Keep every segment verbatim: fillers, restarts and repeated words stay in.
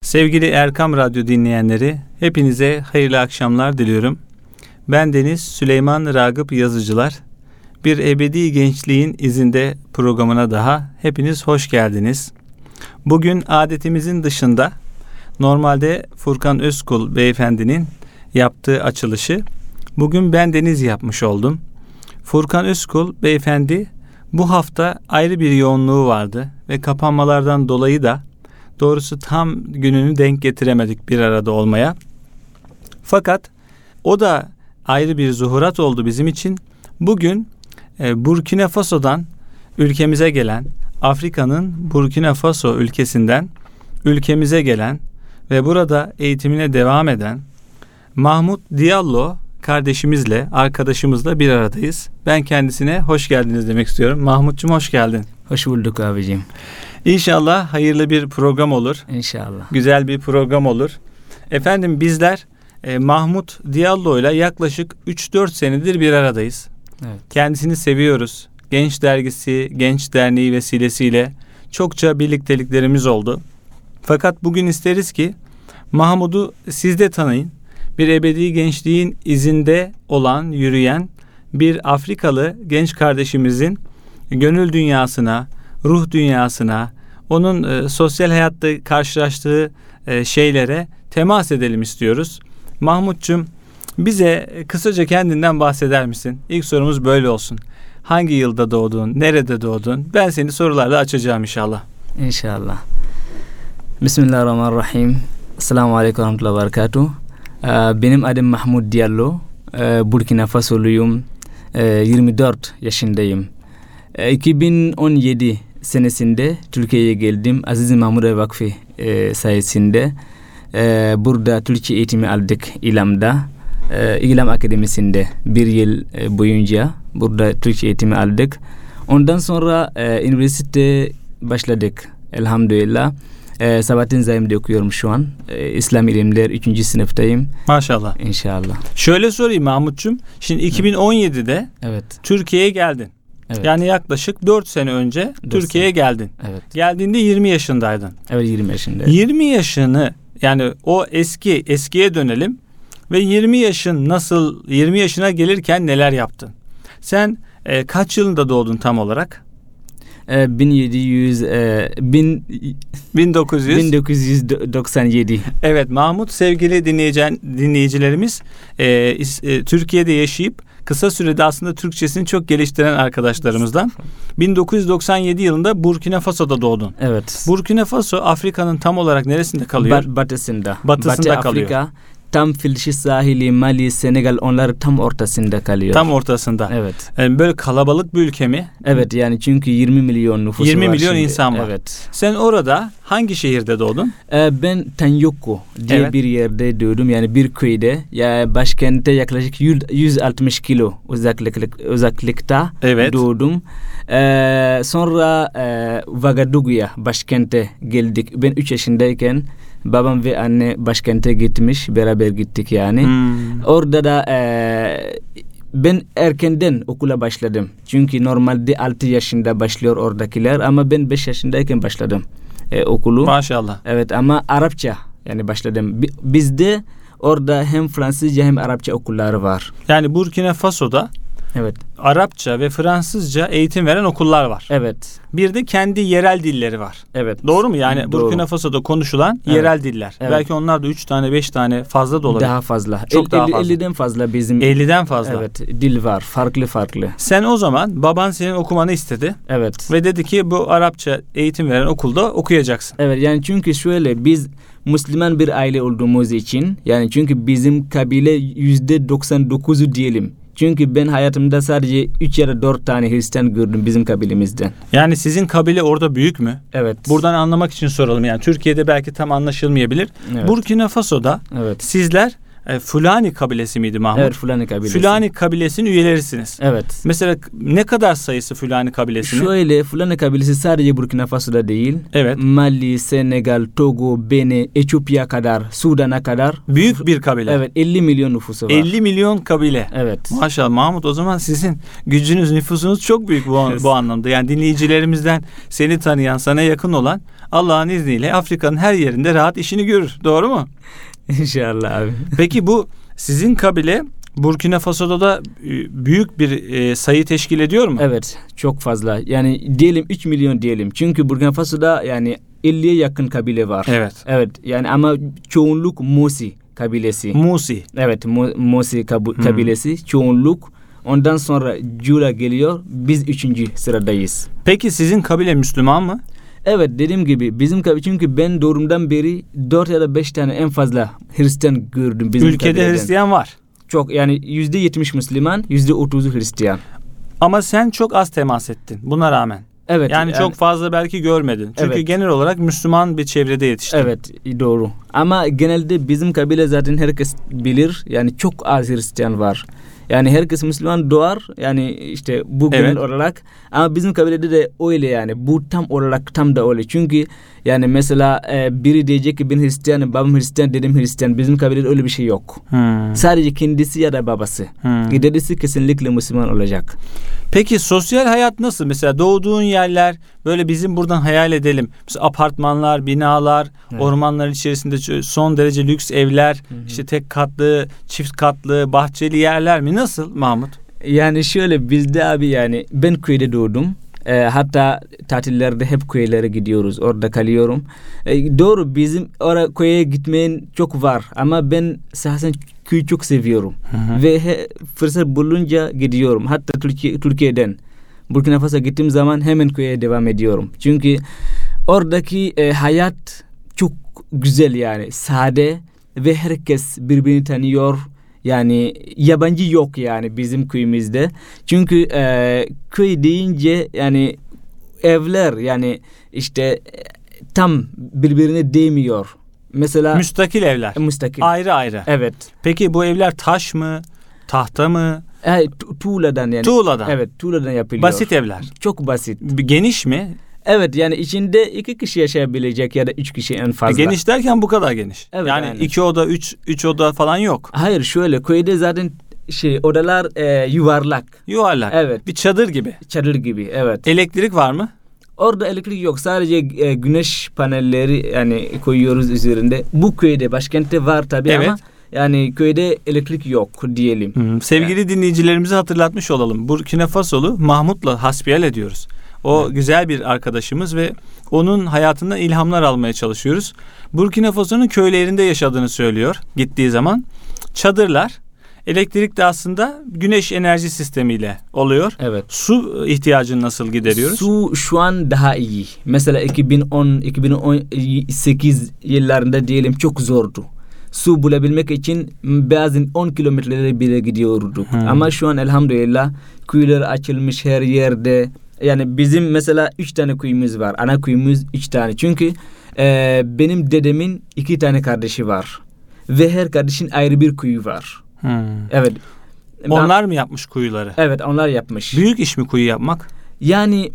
Sevgili Erkam Radyo dinleyenleri, hepinize hayırlı akşamlar diliyorum. Ben Deniz Süleyman Ragıp Yazıcılar. Bir Ebedi Gençliğin izinde programına daha hepiniz hoş geldiniz. Bugün adetimizin dışında normalde Furkan Özkul beyefendinin yaptığı açılışı bugün ben Deniz yapmış oldum. Furkan Özkul beyefendi bu hafta ayrı bir yoğunluğu vardı ve kapanmalardan dolayı da doğrusu tam gününü denk getiremedik bir arada olmaya. Fakat o da ayrı bir zuhurat oldu bizim için. Bugün e, Burkina Faso'dan ülkemize gelen, Afrika'nın Burkina Faso ülkesinden ülkemize gelen ve burada eğitimine devam eden Mahmut Diallo kardeşimizle, arkadaşımızla bir aradayız. Ben kendisine hoş geldiniz demek istiyorum. Mahmutcuğum hoş geldin. Hoş bulduk abicim. İnşallah hayırlı bir program olur. İnşallah. Güzel bir program olur. Efendim bizler e, Mahmut Diallo ile yaklaşık üç dört senedir bir aradayız. Evet. Kendisini seviyoruz. Genç Dergisi, Genç Derneği vesilesiyle çokça birlikteliklerimiz oldu. Fakat bugün isteriz ki Mahmut'u siz de tanıyın. Bir ebedi gençliğin izinde olan, yürüyen bir Afrikalı genç kardeşimizin gönül dünyasına, ruh dünyasına, onun e, sosyal hayatta karşılaştığı e, şeylere temas edelim istiyoruz. Mahmutcuğum, bize kısaca kendinden bahseder misin? İlk sorumuz böyle olsun. Hangi yılda doğdun? Nerede doğdun? Ben seni sorularla açacağım inşallah. İnşallah. Bismillahirrahmanirrahim. Esselamu Aleyküm ve Rahmetullahi ve Berekatuhu. Benim adım Mahmut Diallo. Burkina Fasoluyum. yirmi dört yaşındayım. iki bin on yedi senesinde Türkiye'ye geldim. Aziz Mahmud Vakfı e, sayesinde e, burada Türkçe eğitimi aldık İlam'da. E, İlam Akademisi'nde bir yıl e, boyunca burada Türkçe eğitimi aldık. Ondan sonra e, üniversite başladık. Elhamdülillah. E, Sabahattin Zaim'de okuyorum şu an. E, İslam ilimler üçüncü sınıftayım. Maşallah. İnşallah. Şöyle sorayım Mahmutcuğum. Şimdi iki bin on yedide evet. Türkiye'ye geldin. Evet. Yani yaklaşık dört sene önce Türkiye'ye sene. geldin. Evet. Geldiğinde yirmi yaşındaydın. Evet, yirmi yaşındayım. yirmi yaşını, yani o eski eskiye dönelim ve yirmi yaşın nasıl, yirmi yaşına gelirken neler yaptın? Sen e, kaç yılında doğdun tam olarak? E, bin yedi yüz e, bin, bin dokuz yüz bin dokuz yüz doksan yedi. Evet Mahmut, sevgili dinleyici, dinleyicilerimiz e, e, Türkiye'de yaşayıp kısa sürede aslında Türkçesini çok geliştiren arkadaşlarımızdan. bin dokuz yüz doksan yedi yılında Burkina Faso'da doğdun. Evet. Burkina Faso Afrika'nın tam olarak neresinde kalıyor? Bat, batısında. Batısında Batı kalıyor. Afrika, tam Filşi sahili, Mali, Senegal, onlar tam ortasında kalıyor. Tam ortasında. Evet. Yani böyle kalabalık bir ülke mi? Evet, yani çünkü yirmi milyon nüfusu yirmi var. milyon şimdi. insan var. Evet. Sen orada hangi şehirde doğdun? Ee, ben Tanyoko diye Evet. bir yerde doğdum, yani bir köyde. Ya başkente yaklaşık yüz altmış kilo uzaklık, uzaklıkta Evet. doğdum. Ee, sonra e, Vagadugu'ya, başkente geldik. Ben üç yaşındayken babam ve anne başkente gitmiş, beraber gittik yani. Hmm. Orada da e, ben erkenden okula başladım. Çünkü normalde altı yaşında başlıyor oradakiler ama ben beş yaşındayken başladım e, okulu. Maşallah. Evet, ama Arapça yani başladım. Bizde orada hem Fransızca hem Arapça okulları var. Yani Burkina Faso'da Evet. Arapça ve Fransızca eğitim veren okullar var. Evet. Bir de kendi yerel dilleri var. Evet. Doğru mu? Yani Doğru. Burkina Faso'da konuşulan Evet. yerel diller. Evet. Belki onlar da üç tane, beş tane fazla da olabilir. Daha fazla. Çok El, daha elli, fazla. elliden fazla bizim. elliden fazla. Evet. Dil var. Farklı farklı. Sen o zaman baban senin okumanı istedi. Evet. Ve dedi ki bu Arapça eğitim veren okulda okuyacaksın. Evet, yani çünkü şöyle, biz Müslüman bir aile olduğumuz için, yani çünkü bizim kabile yüzde doksan dokuzu diyelim. Çünkü ben hayatımda sadece üç ya da dört tane Hristiyan gördüm bizim kabilemizden. Yani sizin kabile orada büyük mü? Evet. Buradan anlamak için soralım. Yani Türkiye'de belki tam anlaşılmayabilir. Evet. Burkina Faso'da Evet. sizler e, Fulani kabilesi miydi Mahmut? Evet, Fulani kabilesi. Fulani kabilesinin üyelerisiniz. Evet. Mesela ne kadar sayısı Fulani kabilesinin? Şöyle, Fulani kabilesi sadece Burkina Faso'da değil. Evet. Mali, Senegal, Togo, Benin, Etiyopya kadar, Sudan'a kadar. Büyük bir kabile. Evet, elli milyon nüfusu var. elli milyon kabile. Evet. Maşallah Mahmut, o zaman sizin gücünüz, nüfusunuz çok büyük bu, bu anlamda. Yani dinleyicilerimizden seni tanıyan, sana yakın olan Allah'ın izniyle Afrika'nın her yerinde rahat işini görür. Doğru mu? İnşallah abi. Peki bu sizin kabile Burkina Faso'da da büyük bir e, sayı teşkil ediyor mu? Evet, çok fazla. Yani diyelim üç milyon diyelim. Çünkü Burkina Faso'da yani elliye yakın kabile var. Evet. Evet. Yani ama çoğunluk Musi kabilesi. Musi. Evet, Mu- Musi kabu- kabilesi hmm. çoğunluk. Ondan sonra Jula geliyor. Biz üçüncü sıradayız. Peki sizin kabile Müslüman mı? Evet, dediğim gibi bizim kabile, çünkü ben doğumdan beri dört ya da beş tane en fazla Hristiyan gördüm bizim Ülkede kabileden. Hristiyan var. Çok, yani yüzde yetmiş Müslüman, yüzde otuzu Hristiyan. Ama sen çok az temas ettin buna rağmen. Evet. Yani, yani çok fazla belki görmedin. Çünkü evet. genel olarak Müslüman bir çevrede yetiştin. Evet, doğru. Ama genelde bizim kabile zaten herkes bilir. Yani çok az Hristiyan var. Yani herkes Müslüman doğar. Yani işte bu genel evet. olarak. Ama bizim kabilede de öyle yani. Bu tam olarak tam da öyle. Çünkü yani mesela e, biri diyecek ki ben Hristiyanım, babam Hristiyan, dedem Hristiyan. Bizim kabilede öyle bir şey yok. Hmm. Sadece kendisi ya da babası. Hmm. Dedesi kesinlikle Müslüman olacak. Peki sosyal hayat nasıl? Mesela doğduğun yerler böyle bizim buradan hayal edelim. Mesela apartmanlar, binalar, evet. ormanların içerisinde son derece lüks evler, hı hı. işte tek katlı, çift katlı, bahçeli yerler mi? Nasıl Mahmut? Yani şöyle bizde abi, yani ben köyde doğdum. E, hatta tatillerde hep köylere gidiyoruz. Orada kalıyorum. E, doğru, bizim oraya köye gitmeyin çok var. Ama ben şahsen köyü çok seviyorum. Hı hı. Ve he, fırsat bulunca gidiyorum. Hatta Türkiye, Türkiye'den Burkina Faso'ya gittiğim zaman hemen köye devam ediyorum. Çünkü oradaki e, hayat çok güzel yani. Sade ve herkes birbirini tanıyor. Yani yabancı yok yani bizim köyümüzde. Çünkü e, köy deyince yani evler yani işte tam birbirine değmiyor. Mesela müstakil evler. Müstakil. Ayrı ayrı. Evet. Peki bu evler taş mı? Tahta mı? Evet, tuğladan yani. Tuğladan. Evet, tuğladan yapılıyor. Basit evler. Çok basit. Geniş mi? Evet, yani içinde iki kişi yaşayabilecek ya da üç kişi en fazla. Geniş derken bu kadar geniş. Evet, yani aynen. iki oda, üç, üç oda falan yok. Hayır, şöyle köyde zaten şey odalar e, yuvarlak. Yuvarlak. Evet. Bir çadır gibi. Çadır gibi, evet. Elektrik var mı? Orada elektrik yok. Sadece e, güneş panelleri yani koyuyoruz üzerinde. Bu köyde, başkentte var tabii evet. ama yani köyde elektrik yok diyelim. Hmm, sevgili yani. Dinleyicilerimize hatırlatmış olalım. Burkina Fasolu Mahmut'la hasbihal ediyoruz. O evet. güzel bir arkadaşımız ve onun hayatından ilhamlar almaya çalışıyoruz. Burkina Faso'nun köylerinde yaşadığını söylüyor gittiği zaman. Çadırlar, elektrik de aslında güneş enerji sistemiyle oluyor. Evet. Su ihtiyacını nasıl gideriyoruz? Su şu an daha iyi. Mesela iki bin on iki bin on sekiz yıllarında diyelim çok zordu. Su bulabilmek için bazen on kilometrelere bile gidiyorduk. Hmm. Ama şu an elhamdülillah kuyular açılmış her yerde. Yani bizim mesela üç tane kuyumuz var. Ana kuyumuz üç tane. Çünkü e, benim dedemin iki tane kardeşi var. Ve her kardeşin ayrı bir kuyu var. Hmm. Evet. Onlar ben, mı yapmış kuyuları? Evet, onlar yapmış. Büyük iş mi kuyu yapmak? Yani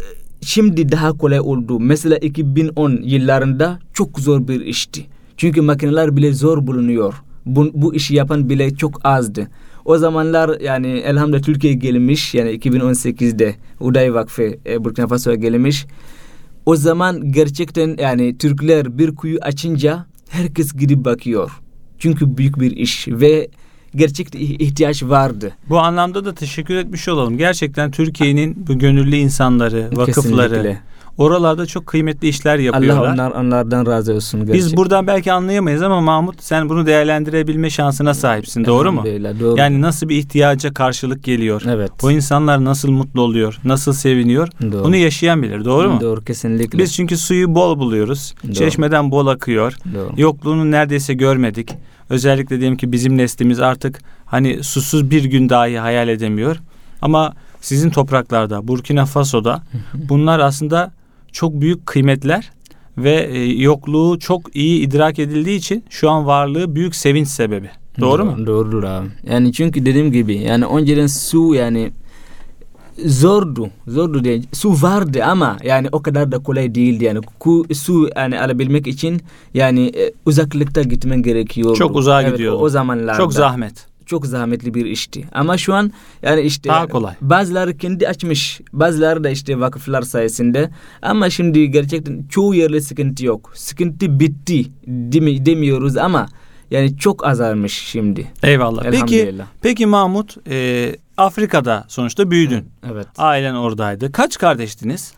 şimdi daha kolay oldu. Mesela iki bin on yıllarında çok zor bir işti. Çünkü makineler bile zor bulunuyor. Bu, bu işi yapan bile çok azdı. O zamanlar yani elhamdülillah Türkiye'ye gelmiş, yani iki bin on sekizde Uday Vakfı e, Burkina Faso'ya gelmiş. O zaman gerçekten yani Türkler bir kuyu açınca herkes gidip bakıyor. Çünkü büyük bir iş ve gerçekten ihtiyaç vardı. Bu anlamda da teşekkür etmiş olalım. Gerçekten Türkiye'nin bu gönüllü insanları, vakıfları, kesinlikle. Oralarda çok kıymetli işler yapıyorlar. Allah onlar, onlardan razı olsun. Gerçekten. Biz buradan belki anlayamayız ama Mahmut sen bunu değerlendirebilme şansına sahipsin. Doğru mu? Doğru. Yani nasıl bir ihtiyaca karşılık geliyor? Evet. O insanlar nasıl mutlu oluyor? Nasıl seviniyor? Doğru. Bunu yaşayan bilir. Doğru mu? Doğru, kesinlikle. Biz çünkü suyu bol buluyoruz. Doğru. Çeşmeden bol akıyor. Doğru. Yokluğunu neredeyse görmedik. Özellikle diyelim ki bizim neslimiz artık hani susuz bir gün dahi hayal edemiyor. Ama sizin topraklarda, Burkina Faso'da bunlar aslında çok büyük kıymetler ve e, yokluğu çok iyi idrak edildiği için şu an varlığı büyük sevinç sebebi. Doğru, Doğru mu? Doğrudur abi. Yani çünkü dediğim gibi yani önceden su yani zordu. Zordu diye. Su vardı ama yani o kadar da kolay değildi yani. Ku, su yani alabilmek için yani e, uzaklıkta gitmen gerekiyordu. Çok uzağa evet, gidiyordu. O, o zamanlarda. Çok zahmet. çok zahmetli bir işti. Ama şu an yani işte daha kolay. Bazıları kendi açmış, bazıları da işte vakıflar sayesinde. Ama şimdi gerçekten çoğu yerde sıkıntı yok. Sıkıntı bitti demi, demiyoruz ama yani çok azalmış şimdi. Eyvallah. Peki, peki Mahmut, e, Afrika'da sonuçta büyüdün. Evet. Ailen oradaydı. Kaç kardeştiniz?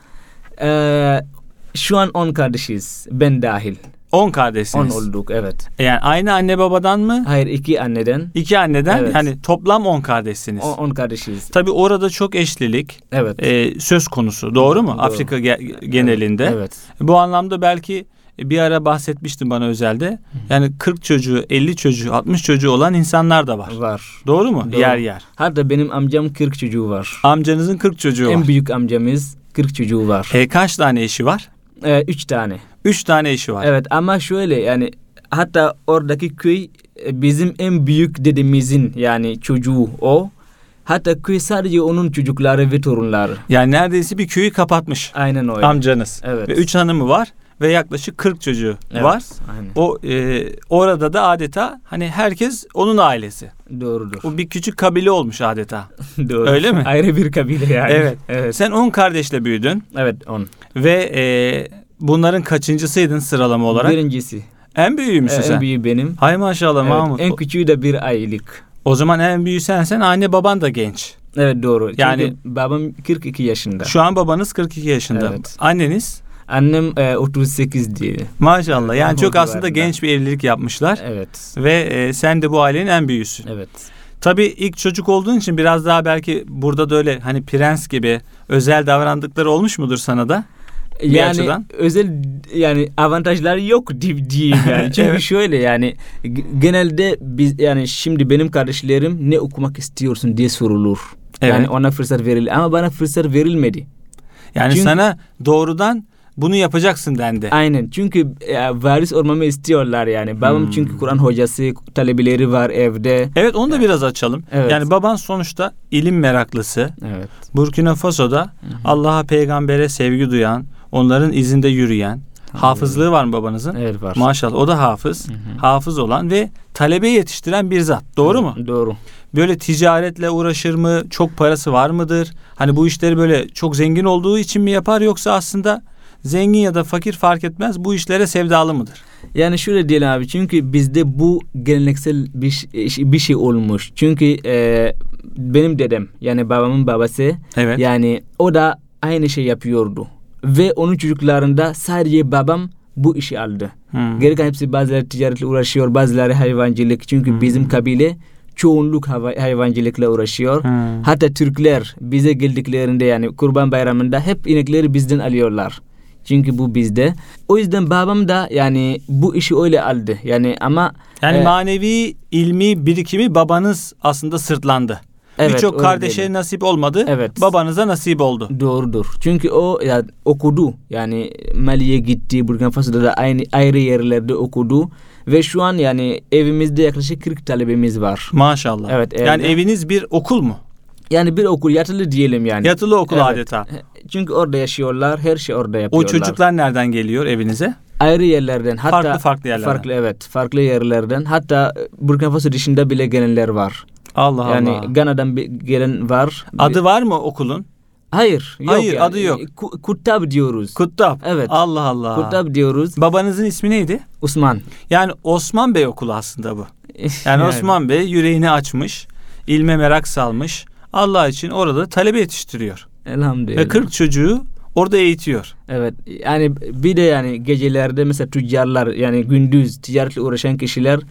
Ee, şu an on kardeşiz, ben dahil. On kardeşsiniz. On olduk, evet. Yani aynı anne babadan mı? Hayır, iki anneden. İki anneden, evet. Yani toplam on kardeşsiniz. On, on kardeşiz. Tabii orada çok eşlilik evet. e, söz konusu. Doğru mu? Doğru. Afrika ge- genelinde. Evet. evet. Bu anlamda belki bir ara bahsetmiştin bana özelde. Yani kırk çocuğu, elli çocuğu, altmış çocuğu olan insanlar da var. Var. Doğru mu? Doğru. Yer yer. Hatta benim amcam kırk çocuğu var. Amcanızın kırk çocuğu en var. En büyük amcamız kırk çocuğu var. E, kaç tane eşi var? E, üç tane. Üç tane eşi var. Evet, ama şöyle yani hatta oradaki köy bizim en büyük dedemizin yani çocuğu o. Hatta köy sadece onun çocukları ve torunları. Yani neredeyse bir köyü kapatmış. Aynen öyle. Amcanız. Evet. Ve üç hanımı var ve yaklaşık kırk çocuğu evet, var. Aynen. O e, orada da adeta hani herkes onun ailesi. Doğrudur. O bir küçük kabile olmuş adeta. Doğru. Öyle mi? Ayrı bir kabile yani. Evet. evet. Sen on kardeşle büyüdün. Evet, on. Ve e, bunların kaçıncısıydın sıralama olarak? Birincisi. En büyüğü müsün ee, sen? En büyüğü benim. Hay maşallah evet, Mahmut. En küçüğü de bir aylık. O zaman en büyüğü sensen, anne baban da genç. Evet, doğru. Yani çünkü babam kırk iki yaşında. Şu an babanız kırk iki yaşında. Evet. Anneniz? Annem e, otuz sekiz diye. Maşallah. Yani çok aslında civarında. genç bir evlilik yapmışlar. Evet. Ve e, sen de bu ailenin en büyüğüsün. Evet. Tabii ilk çocuk olduğun için biraz daha belki burada da öyle hani prens gibi özel davrandıkları olmuş mudur sana da? Bir yani açıdan. özel yani avantajları yok diyeyim yani. Çünkü evet. şöyle yani genelde biz yani şimdi benim kardeşlerim ne okumak istiyorsun diye sorulur. Evet. Yani ona fırsat verilir ama bana fırsat verilmedi. Yani çünkü, sana doğrudan bunu yapacaksın dendi. Aynen. Çünkü e, varis olmamı istiyorlar yani. Babam hmm. çünkü Kur'an hocası, talebeleri var evde. Evet, onu da evet. biraz açalım. Evet. Yani baban sonuçta ilim meraklısı. Evet. Burkina Faso'da Hı-hı. Allah'a, peygambere sevgi duyan, onların izinde yürüyen. Hafızlığı var mı babanızın? Evet, var. Maşallah, o da hafız. Hı-hı. Hafız olan ve talebe yetiştiren bir zat. Doğru Hı, mu? Doğru. Böyle ticaretle uğraşır mı? Çok parası var mıdır? Hani bu işleri böyle çok zengin olduğu için mi yapar, yoksa aslında zengin ya da fakir fark etmez, bu işlere sevdalı mıdır? Yani şöyle diyelim abi, çünkü bizde bu geleneksel bir şey, bir şey olmuş. Çünkü e, benim dedem yani babamın babası evet. yani o da aynı şey yapıyordu. Ve onun çocuklarında sadece babam bu işi aldı. Hmm. Geri kalan hepsi, bazıları ticaretle uğraşıyor, bazıları hayvancılık. Çünkü hmm. bizim kabile çoğunluk hayvancılıkla uğraşıyor. Hmm. Hatta Türkler bize geldiklerinde yani Kurban Bayramı'nda hep inekleri bizden alıyorlar. Çünkü bu bizde. O yüzden babam da yani bu işi öyle aldı. Yani ama yani e, manevi ilmi birikimi babanız aslında sırtlandı. Evet, birçok kardeşe diyelim. Nasip olmadı. Evet. Babanıza nasip oldu. Doğrudur. Çünkü o ya, okudu. Yani Mali'ye gitti. Burkina Faso'da da aynı ayrı yerlerde okudu. Ve şu an yani evimizde yaklaşık kırk talebemiz var. Maşallah. Evet. Evde. Yani eviniz bir okul mu? Yani bir okul, yatılı diyelim yani. Yatılı okul evet. adeta. Çünkü orada yaşıyorlar, her şey orada yapıyorlar. O çocuklar nereden geliyor evinize? Ayrı yerlerden. Hatta farklı farklı yerlerden. Farklı evet, farklı yerlerden. Hatta Burkina Faso dışında bile gelenler var. Allah yani Allah. Yani Gana'dan gelen var. Adı var mı okulun? Hayır. Yok Hayır, yani. adı yok. Kuttab diyoruz. Kuttab. Evet. Allah Allah. Kuttab diyoruz. Babanızın ismi neydi? Osman. Yani Osman Bey okulu aslında bu. Yani, yani Osman Bey yüreğini açmış, ilme merak salmış. Allah için orada talebe yetiştiriyor. Elhamdülillah. Ve kırk çocuğu orada eğitiyor. Evet. Yani bir de yani gecelerde mesela tüccarlar, yani gündüz ticaretle uğraşan kişiler,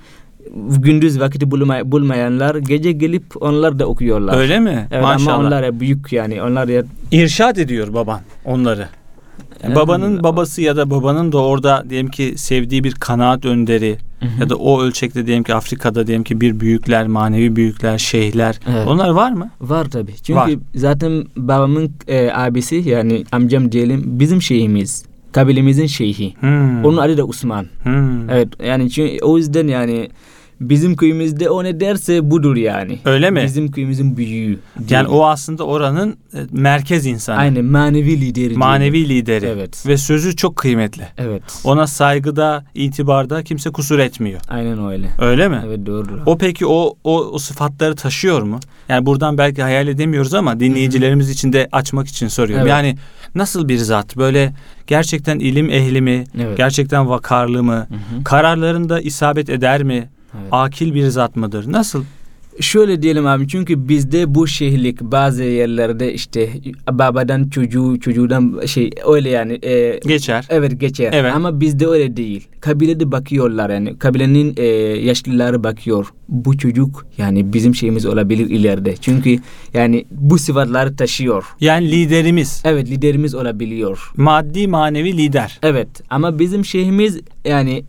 gündüz vakiti bulmay- bulmayanlar gece gelip onlar da okuyorlar. Öyle mi? Evet, maşallah. ama onlar ya büyük yani. Onlar ya irşad ediyor baban onları. Yani babanın babası ya da babanın da orada diyelim ki sevdiği bir kanaat önderi, hı-hı, ya da o ölçekte diyelim ki Afrika'da diyelim ki bir büyükler, manevi büyükler, şeyhler. Evet. Onlar var mı? Var tabii. Çünkü var. Zaten babamın e, abisi yani amcam diyelim bizim şeyhimiz. Kabilemizin şeyhi. Hmm. Onun adı da Osman. Hmm. Evet yani çünkü o yüzden yani bizim köyümüzde o ne derse budur yani. Öyle mi? Bizim köyümüzün büyüğü. Yani o aslında oranın merkez insanı. Aynen, manevi lideri. Manevi diyelim. lideri. Evet. Ve sözü çok kıymetli. Evet. Ona saygıda, itibarda kimse kusur etmiyor. Aynen öyle. Öyle mi? Evet, doğru. O peki o, o o sıfatları taşıyor mu? Yani buradan belki hayal edemiyoruz ama dinleyicilerimiz Hı-hı. için de açmak için soruyorum. Evet. Yani nasıl bir zat? Böyle gerçekten ilim ehli mi? Evet. Gerçekten vakarlı mı? Hı-hı. Kararlarında isabet eder mi? Evet. Akil bir zat mıdır? Nasıl? Şöyle diyelim abi, çünkü bizde bu şeyhlik bazı yerlerde işte babadan çocuğu, çocuğundan şey öyle yani. E, geçer. Evet, geçer. Evet. Ama bizde öyle değil. Kabilede bakıyorlar yani. Kabilenin e, yaşlıları bakıyor. Bu çocuk yani bizim şeyimiz olabilir ileride. Çünkü yani bu sıfatları taşıyor. Yani liderimiz. Evet, liderimiz olabiliyor. Maddi manevi lider. Evet, ama bizim şeyhimiz yani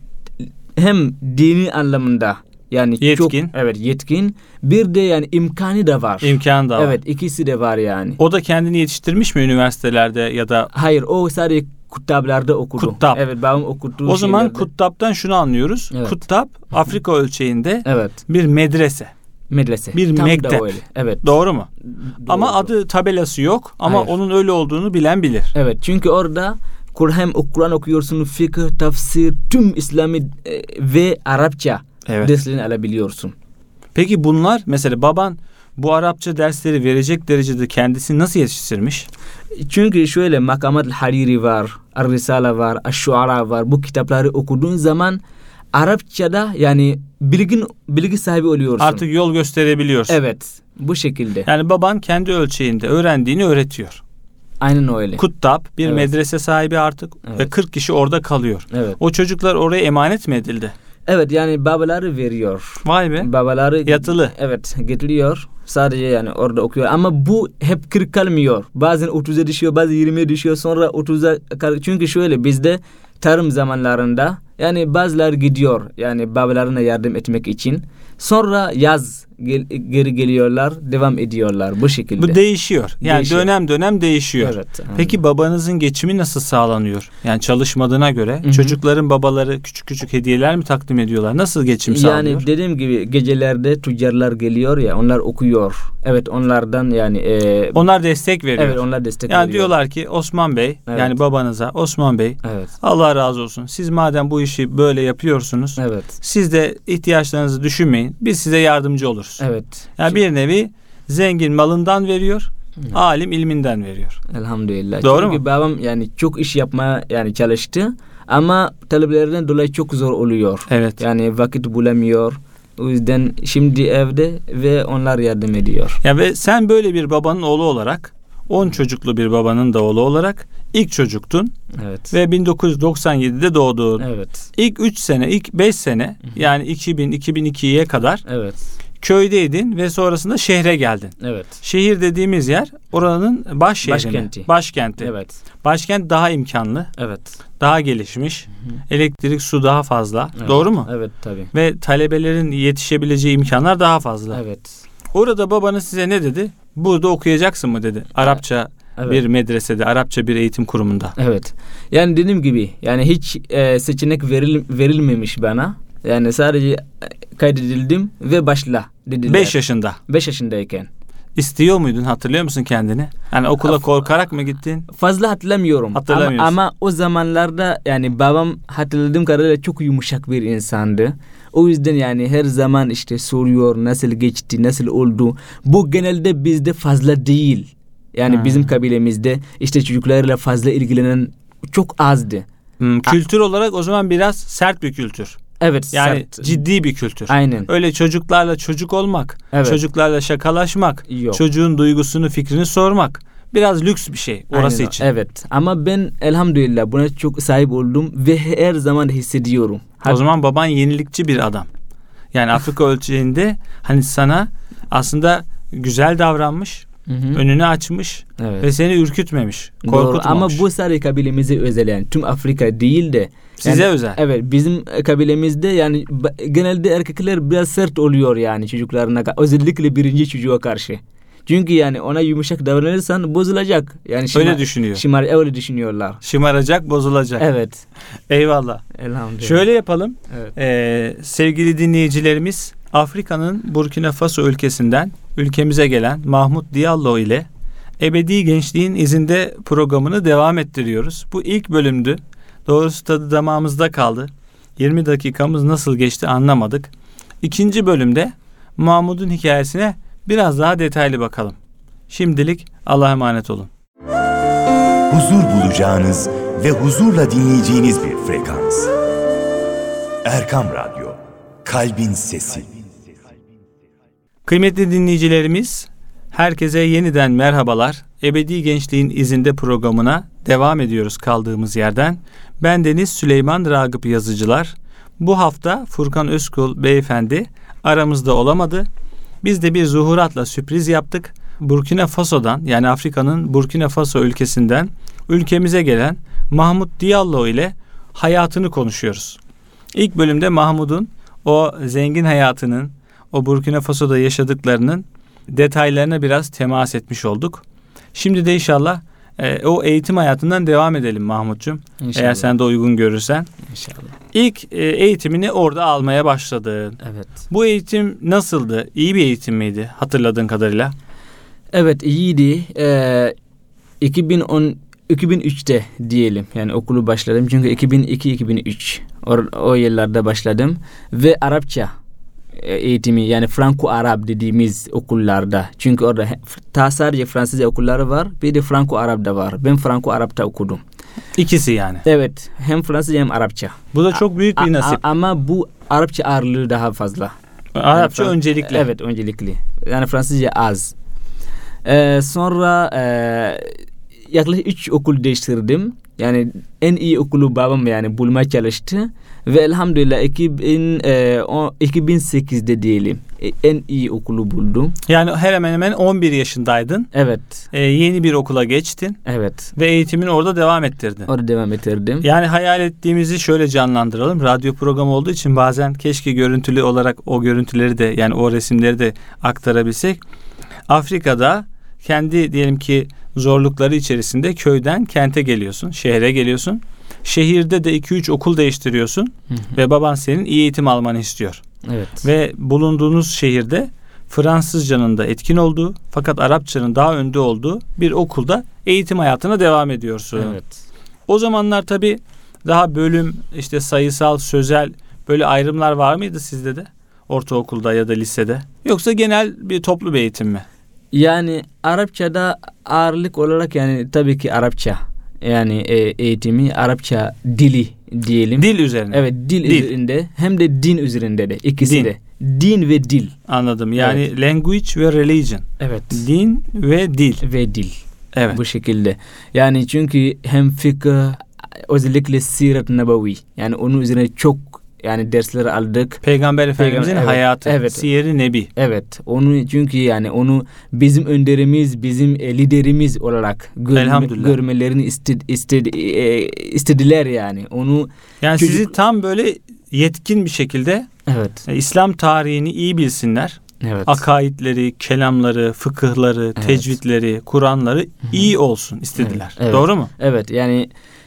hem dini anlamında yani yetkin. Çok, evet, yetkin. Bir de yani imkanı da var. İmkanı da var. Evet, ikisi de var yani. O da kendini yetiştirmiş mi üniversitelerde ya da? Hayır, o sadece kuttablarda okudu. Kuttab. Evet, babam okuttuğu O zaman şeylerde. Kuttab'dan şunu anlıyoruz. Evet. Kuttab Afrika ölçeğinde evet. bir medrese. Medrese. Bir Tam mektep. Evet. Doğru mu? Doğru. Ama adı tabelası yok ama Hayır. onun öyle olduğunu bilen bilir. Evet, çünkü orada Kur'an, Kur'an okuyorsun, fıkıh, tafsir, tüm İslami e, ve Arapça evet. derslerini alabiliyorsun. Peki bunlar mesela baban bu Arapça dersleri verecek derecede kendisini nasıl yetiştirmiş? Çünkü şöyle Makamat-ı Hariri var, Ar-Risale var, Aş-Şuara var. Bu kitapları okuduğun zaman Arapçada yani bilgin bilgi sahibi oluyorsun. Artık yol gösterebiliyorsun. Evet, bu şekilde. Yani baban kendi ölçeğinde öğrendiğini öğretiyor. Aynen öyle. Kuttab bir evet. medrese sahibi artık evet. ve kırk kişi orada kalıyor. Evet. O çocuklar oraya emanet mi edildi? Evet, yani babaları veriyor. Vay be. Babaları yatılı. Evet, getiriyor. Sadece yani orada okuyor. Ama bu hep kırk kalmıyor. Bazen otuza düşüyor, bazen yirmiye düşüyor, sonra otuza kalıyor. Çünkü şöyle bizde tarım zamanlarında yani bazıları gidiyor yani babalarına yardım etmek için. Sonra yaz gel, geri geliyorlar, devam ediyorlar bu şekilde. Bu değişiyor. Yani değişiyor. dönem dönem değişiyor. Evet. Peki babanızın geçimi nasıl sağlanıyor? Yani çalışmadığına göre Hı-hı. çocukların babaları küçük küçük hediyeler mi takdim ediyorlar? Nasıl geçim sağlıyor? Yani dediğim gibi gecelerde tüccarlar geliyor ya, onlar okuyor. Evet, onlardan yani e, onlar destek veriyor. Evet, onlar destek yani veriyor. Yani diyorlar ki Osman Bey evet. yani babanıza Osman Bey evet. Allah razı olsun. Siz madem bu işi böyle yapıyorsunuz. Evet. Siz de ihtiyaçlarınızı düşünmeyin. Biz size yardımcı oluruz. Evet. Yani bir nevi zengin malından veriyor, Hı. alim ilminden veriyor. Elhamdülillah. Doğru Çünkü mu? babam yani çok iş yapmaya yani çalıştı ama talebelerden dolayı çok zor oluyor. Evet. Yani vakit bulamıyor. O yüzden şimdi evde ve onlar yardım ediyor. Ya ve sen böyle bir babanın oğlu olarak, on çocuklu bir babanın da oğlu olarak ilk çocuktun. Evet. Ve bin dokuz yüz doksan yedide doğdun. Evet. İlk üç sene, ilk beş sene Hı-hı. yani iki bin iki bin ikiye kadar evet. köydeydin ve sonrasında şehre geldin. Evet. Şehir dediğimiz yer oranın baş şehri. Başkenti. Başkenti. Evet. Başkent daha imkanlı. Evet. Daha gelişmiş. Hı-hı. Elektrik, su daha fazla. Evet. Doğru mu? Evet, tabii. Ve talebelerin yetişebileceği imkanlar daha fazla. Evet. Orada babanız size ne dedi? Burada okuyacaksın mı dedi. Arapça evet. bir medresede, Arapça bir eğitim kurumunda. Evet. Yani dediğim gibi yani hiç e, seçenek veril, verilmemiş bana. Yani sadece kaydedildim ve başla dediler. Beş yaşında. Beş yaşındayken. İstiyor muydun? Hatırlıyor musun kendini? Yani okula korkarak mı gittin? Fazla hatırlamıyorum. Ama, ama o zamanlarda yani babam hatırladığım kadarıyla çok yumuşak bir insandı. O yüzden yani her zaman işte soruyor nasıl geçti, nasıl oldu. Bu genelde bizde fazla değil. Yani hmm. bizim kabilemizde işte çocuklarla fazla ilgilenen çok azdı. Hmm, kültür A- olarak o zaman biraz sert bir kültür. Evet. Yani sert. ciddi bir kültür. Aynen. Öyle çocuklarla çocuk olmak, evet. çocuklarla şakalaşmak, Yok. çocuğun duygusunu, fikrini sormak biraz lüks bir şey orası Aynen. için. Evet. Ama ben elhamdülillah buna çok sahip oldum ve her zaman hissediyorum. O zaman baban yenilikçi bir adam. Yani Afrika ölçeğinde hani sana aslında güzel davranmış, hı hı. önünü açmış evet. ve seni ürkütmemiş, korkutmamış. Doğru. Ama bu sadece kabilemize özel yani tüm Afrika değil de size yani, özel. Evet, bizim kabilemizde yani genelde erkekler biraz sert oluyor yani çocuklarına, özellikle birinci çocuğa karşı. Çünkü yani ona yumuşak davranırsan bozulacak. Yani şımar, öyle düşünüyor. Şımar, öyle düşünüyorlar. Şımaracak, bozulacak. Evet. Eyvallah. Elhamdülillah. Şöyle yapalım. Evet. Ee, sevgili dinleyicilerimiz, Afrika'nın Burkina Faso ülkesinden ülkemize gelen Mahmut Diallo ile Ebedi Gençliğin İzinde programını devam ettiriyoruz. Bu ilk bölümdü. Doğrusu tadı damağımızda kaldı. yirmi dakikamız nasıl geçti anlamadık. İkinci bölümde Mahmut'un hikayesine biraz daha detaylı bakalım. Şimdilik Allah'a emanet olun. Huzur bulacağınız ve huzurla dinleyeceğiniz bir frekans. Erkam Radyo, Kalbin Sesi. Kıymetli dinleyicilerimiz, herkese yeniden merhabalar. Ebedi Gençliğin İzinde programına devam ediyoruz kaldığımız yerden. Ben Deniz Süleyman Ragıp Yazıcılar. Bu hafta Furkan Özkul beyefendi aramızda olamadı. Biz de bir zuhuratla sürpriz yaptık. Burkina Faso'dan, yani Afrika'nın Burkina Faso ülkesinden ülkemize gelen Mahmut Diallo ile hayatını konuşuyoruz. İlk bölümde Mahmut'un o zengin hayatının, o Burkina Faso'da yaşadıklarının detaylarına biraz temas etmiş olduk. Şimdi de inşallah e, o eğitim hayatından devam edelim Mahmut'cum. İnşallah. Eğer sen de uygun görürsen. İnşallah. İlk e, eğitimini orada almaya başladın. Evet. Bu eğitim nasıldı? İyi bir eğitim miydi hatırladığın kadarıyla? Evet, iyiydi. Ee, iki bin on iki bin üçte diyelim. Yani okulu başladım. Çünkü iki bin iki iki bin üç o, o yıllarda başladım ve Arapça eğitimi, yani Franco-Arap dediğimiz okullarda. Çünkü orada ta sadece Fransızca okulları var, bir de Franco-Arap da var. Ben Franco-Arap'ta okudum. İkisi yani. Evet, hem Fransızca hem Arapça. Bu da çok büyük bir nasip. A, a, ama bu Arapça ağırlığı daha fazla. Arapça yani, öncelikli. Evet, öncelikli. Yani Fransızca az. Ee, sonra e, yaklaşık üç okul değiştirdim. Yani en iyi okulu babam yani bulmaya çalıştı. Ve elhamdülillah iki bin sekizde diyelim en iyi okulu buldum. Yani hemen hemen on bir yaşındaydın. Evet. Ee, yeni bir okula geçtin. Evet. Ve eğitimini orada devam ettirdin. Orada devam ettirdim. Yani hayal ettiğimizi şöyle canlandıralım. Radyo programı olduğu için bazen keşke görüntülü olarak o görüntüleri de, yani o resimleri de aktarabilsek. Afrika'da kendi diyelim ki zorlukları içerisinde köyden kente geliyorsun, şehre geliyorsun. Şehirde de iki üç okul değiştiriyorsun. Hı hı. Ve baban senin iyi eğitim almanı istiyor. Evet. Ve bulunduğunuz şehirde Fransızcanın da etkin olduğu fakat Arapçanın daha önde olduğu bir okulda eğitim hayatına devam ediyorsun. Evet. O zamanlar tabii daha bölüm, işte sayısal, sözel böyle ayrımlar var mıydı sizde de? Ortaokulda ya da lisede? Yoksa genel bir toplu bir eğitim mi? Yani Arapçada ağırlık olarak yani tabii ki Arapça. Yani e, eğitimi Arapça dili diyelim. Dil üzerine. Evet, dil, dil üzerinde hem de din üzerinde de ikisi din. de. Din ve dil. Anladım. Yani evet. Language ve religion. Evet. Din ve dil. Ve dil. Evet. Bu şekilde. Yani çünkü hem fıkıh, özellikle sirat nabavi. Yani onun üzerine çok yani dersler aldık. Peygamber Efendimizin evet, hayatı, evet. Siyer-i Nebi. Evet. Onu çünkü yani onu bizim önderimiz, bizim e, liderimiz olarak görme, görmelerini isted, isted, e, istediler yani. Onu yani çocuk... sizi tam böyle yetkin bir şekilde evet. e, İslam tarihini iyi bilsinler. Evet. Akaidleri, kelamları, fıkıhları, evet. tecvidleri, Kur'anları Hı-hı. iyi olsun istediler. Evet. Doğru mu? Evet. Yani